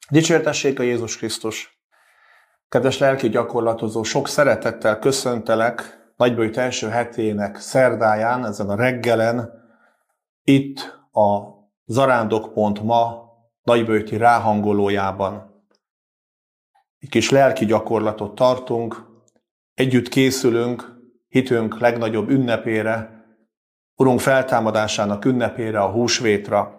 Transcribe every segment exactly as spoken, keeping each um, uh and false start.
Dicsértessék a Jézus Krisztus! Kedves lelki gyakorlatozó, sok szeretettel köszöntelek Nagybőjt első hetének szerdáján, ezen a reggelen, itt a zarándok.ma nagybőjti ráhangolójában. Egy kis lelki gyakorlatot tartunk, együtt készülünk hitünk legnagyobb ünnepére, Urunk feltámadásának ünnepére, a húsvétra.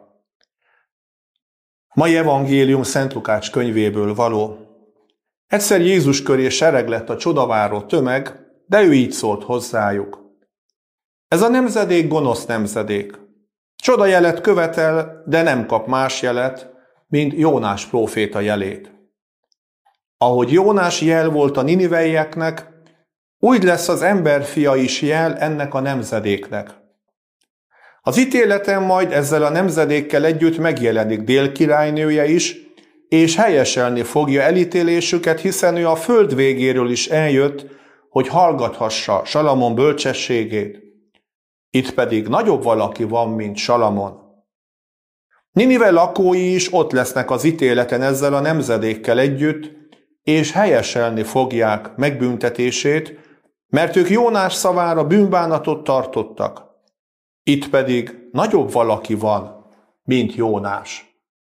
Mai evangélium Szent Lukács könyvéből való. Egyszer Jézus köré sereg lett a csodaváró tömeg, de ő így szólt hozzájuk. Ez a nemzedék gonosz nemzedék. Csodajelet követel, de nem kap más jelet, mint Jónás próféta jelét. Ahogy Jónás jel volt a niniveieknek, úgy lesz az emberfia is jel ennek a nemzedéknek. Az ítéleten majd ezzel a nemzedékkel együtt megjelenik Dél királynője is, és helyeselni fogja elítélésüket, hiszen ő a föld végéről is eljött, hogy hallgathassa Salamon bölcsességét. Itt pedig nagyobb valaki van, mint Salamon. Ninive lakói is ott lesznek az ítéleten ezzel a nemzedékkel együtt, és helyeselni fogják megbüntetését, mert ők Jónás szavára bűnbánatot tartottak. Itt pedig nagyobb valaki van, mint Jónás.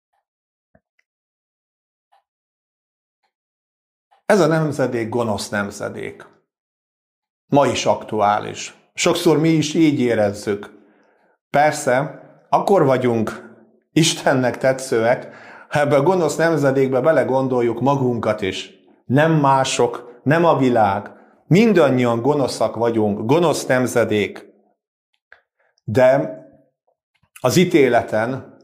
Ez a nemzedék gonosz nemzedék. Ma is aktuális. Sokszor mi is így érezzük. Persze, akkor vagyunk Istennek tetszőek, ha ebbe a gonosz nemzedékbe belegondoljuk magunkat is. Nem mások, nem a világ. Mindannyian gonoszak vagyunk, gonosz nemzedék. De az ítéleten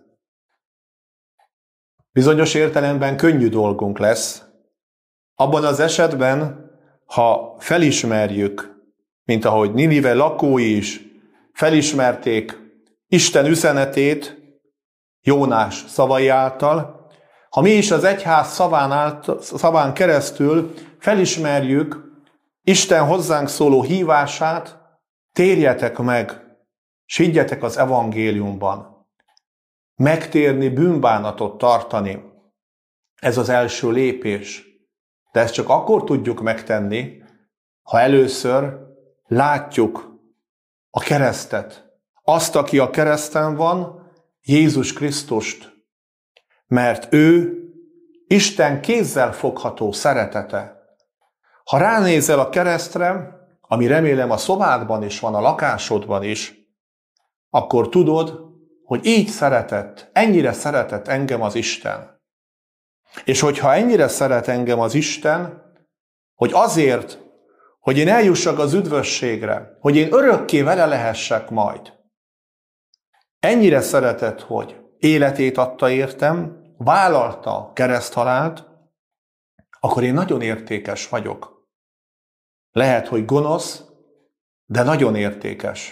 bizonyos értelemben könnyű dolgunk lesz. Abban az esetben, ha felismerjük, mint ahogy Ninive lakói is felismerték Isten üzenetét Jónás szavai által, ha mi is az egyház szaván, által, szaván keresztül felismerjük Isten hozzánk szóló hívását, térjetek meg, s higgyetek az evangéliumban. Megtérni, bűnbánatot tartani. Ez az első lépés. De ezt csak akkor tudjuk megtenni, ha először látjuk a keresztet. Azt, aki a kereszten van, Jézus Krisztust. Mert ő Isten kézzel fogható szeretete. Ha ránézel a keresztre, ami remélem a szobádban is van, a lakásodban is, akkor tudod, hogy így szeretett, ennyire szeretett engem az Isten. És hogyha ennyire szeret engem az Isten, hogy azért, hogy én eljussak az üdvösségre, hogy én örökké vele lehessek majd, ennyire szeretett, hogy életét adta értem, vállalta a kereszthalált, akkor én nagyon értékes vagyok. Lehet, hogy gonosz, de nagyon értékes.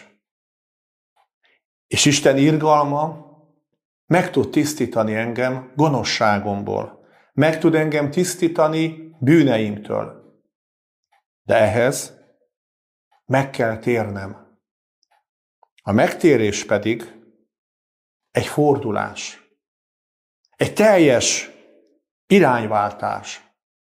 És Isten irgalma meg tud tisztítani engem gonoszságomból. Meg tud engem tisztítani bűneimtől. De ehhez meg kell térnem. A megtérés pedig egy fordulás. Egy teljes irányváltás.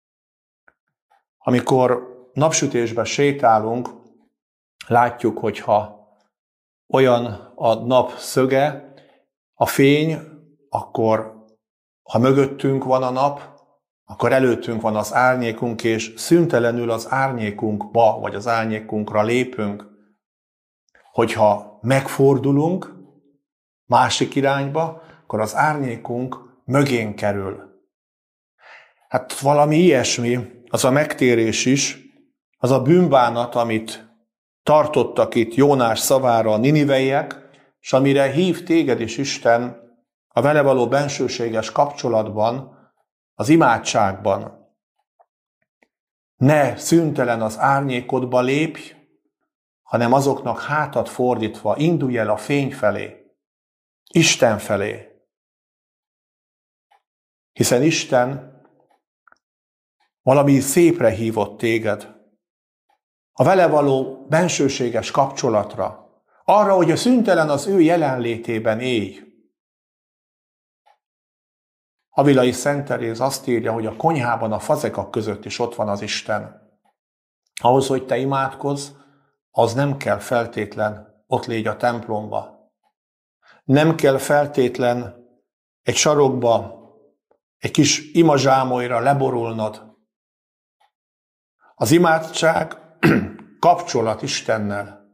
Amikor napsütésben sétálunk, látjuk, hogyha olyan a nap szöge, a fény, akkor ha mögöttünk van a nap, akkor előttünk van az árnyékunk, és szüntelenül az árnyékunkba, vagy az árnyékunkra lépünk. Hogyha megfordulunk másik irányba, akkor az árnyékunk mögén kerül. Hát valami ilyesmi, az a megtérés is, az a bűnbánat, amit tartottak itt Jónás szavára a niniveiek, és amire hív téged is Isten a vele való bensőséges kapcsolatban, az imádságban. Ne szüntelen az árnyékodba lépj, hanem azoknak hátat fordítva indulj el a fény felé, Isten felé. Hiszen Isten valami szépre hívott téged, a vele való bensőséges kapcsolatra, arra, hogy a szüntelen az ő jelenlétében élj. Avilai Szent Teréz azt írja, hogy a konyhában a fazekak között is ott van az Isten. Ahhoz, hogy te imádkozz, az nem kell feltétlen ott légy a templomba. Nem kell feltétlen egy sarokba, egy kis imazsámolyra leborulnod. Az imádság kapcsolat Istennel.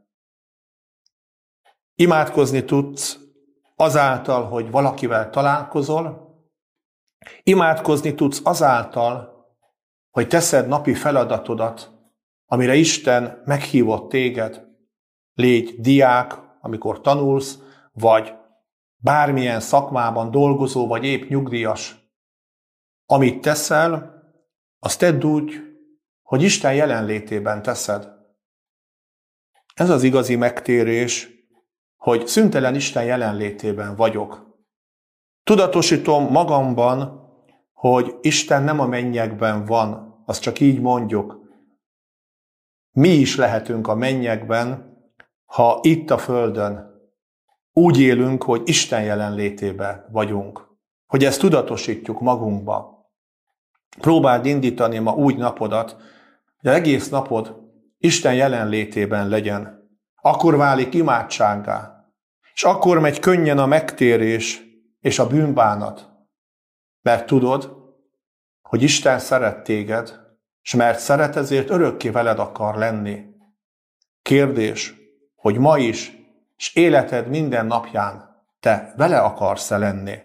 Imádkozni tudsz azáltal, hogy valakivel találkozol, imádkozni tudsz azáltal, hogy teszed napi feladatodat, amire Isten meghívott téged. Légy diák, amikor tanulsz, vagy bármilyen szakmában dolgozó, vagy épp nyugdíjas. Amit teszel, azt tedd úgy, hogy Isten jelenlétében teszed. Ez az igazi megtérés, hogy szüntelen Isten jelenlétében vagyok. Tudatosítom magamban, hogy Isten nem a mennyekben van, azt csak így mondjuk. Mi is lehetünk a mennyekben, ha itt a földön úgy élünk, hogy Isten jelenlétében vagyunk. Hogy ezt tudatosítjuk magunkba. Próbáld indítani ma úgy napodat, hogy az egész napod Isten jelenlétében legyen. Akkor válik imádsággá, és akkor megy könnyen a megtérés és a bűnbánat. Mert tudod, hogy Isten szeret téged, és mert szeret, ezért örökké veled akar lenni. Kérdés, hogy ma is, és életed minden napján te vele akarsz-e lenni?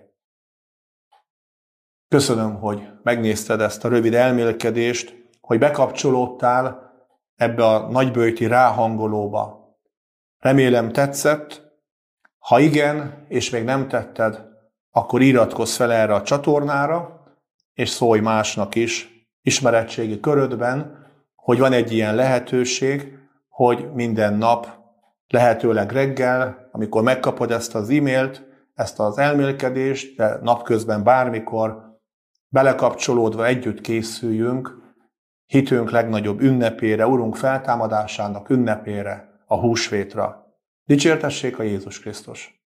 Köszönöm, hogy megnézted ezt a rövid elmélkedést, hogy bekapcsolódtál ebbe a nagyböjti ráhangolóba. Remélem tetszett. Ha igen, és még nem tetted, akkor iratkozz fel erre a csatornára, és szólj másnak is ismeretségi körödben, hogy van egy ilyen lehetőség, hogy minden nap, lehetőleg reggel, amikor megkapod ezt az e-mailt, ezt az elmélkedést, de napközben bármikor belekapcsolódva együtt készüljünk hitünk legnagyobb ünnepére, Urunk feltámadásának ünnepére, a húsvétra. Dicsértessék a Jézus Krisztus!